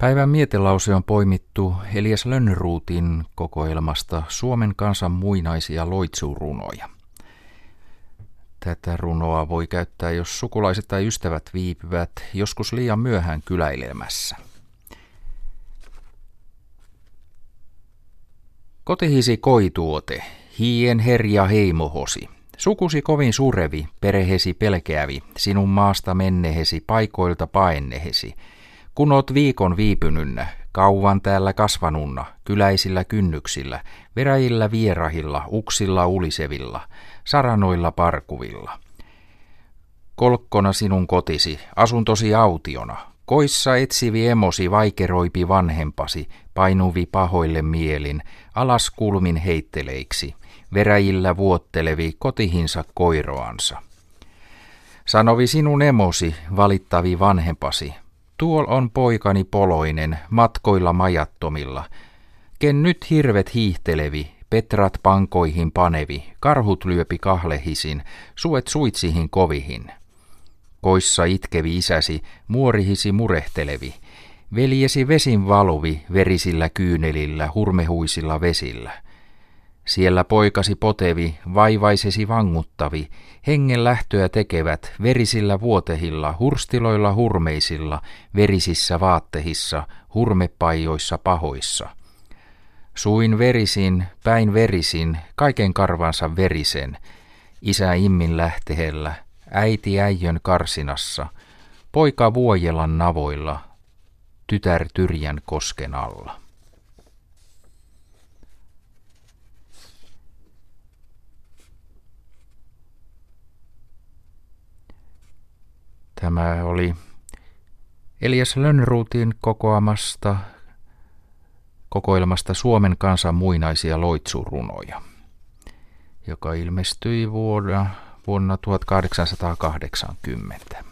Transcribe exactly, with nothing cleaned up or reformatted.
Päivän mietelause on poimittu Elias Lönnroothin kokoelmasta Suomen kansan muinaisia loitsurunoja. Tätä runoa voi käyttää, jos sukulaiset tai ystävät viipyvät joskus liian myöhään kyläilemässä. Kotihisi koituote, hien herja heimohosi. Sukusi kovin surevi, perhesi pelkeävi, sinun maasta mennehesi, paikoilta paennehesi. Kun oot viikon viipynynnä, kauan täällä kasvanunna, kyläisillä kynnyksillä, veräjillä vierahilla, uksilla ulisevilla, saranoilla parkuvilla. Kolkkona sinun kotisi, asuntosi autiona, koissa etsivi emosi vaikeroipi vanhempasi, painuvi pahoille mielin, alas kulmin heitteleiksi, veräjillä vuottelevi kotihinsa koiroansa. Sanovi sinun emosi, valittavi vanhempasi, tuol on poikani poloinen, matkoilla majattomilla, ken nyt hirvet hiihtelevi, petrat pankoihin panevi, karhut lyöpi kahlehisin, suet suitsihin kovihin. Koissa itkevi isäsi, muorihisi murehtelevi, veljesi vesin valuvi, verisillä kyynelillä, hurmehuisilla vesillä. Siellä poikasi potevi, vaivaisesi vanguttavi, hengen lähtöä tekevät, verisillä vuotehilla, hurstiloilla hurmeisilla, verisissä vaattehissa, hurmepaijoissa pahoissa. Suin verisin, päin verisin, kaiken karvansa verisen, isä immin lähtehellä, äiti äijön karsinassa, poika vuojelan navoilla, tytär tyrjän kosken alla. Tämä oli Elias Lönnroothin kokoamasta kokoelmasta Suomen kansan muinaisia loitsurunoja, joka ilmestyi vuonna, vuonna tuhatkahdeksansataakahdeksankymmentä.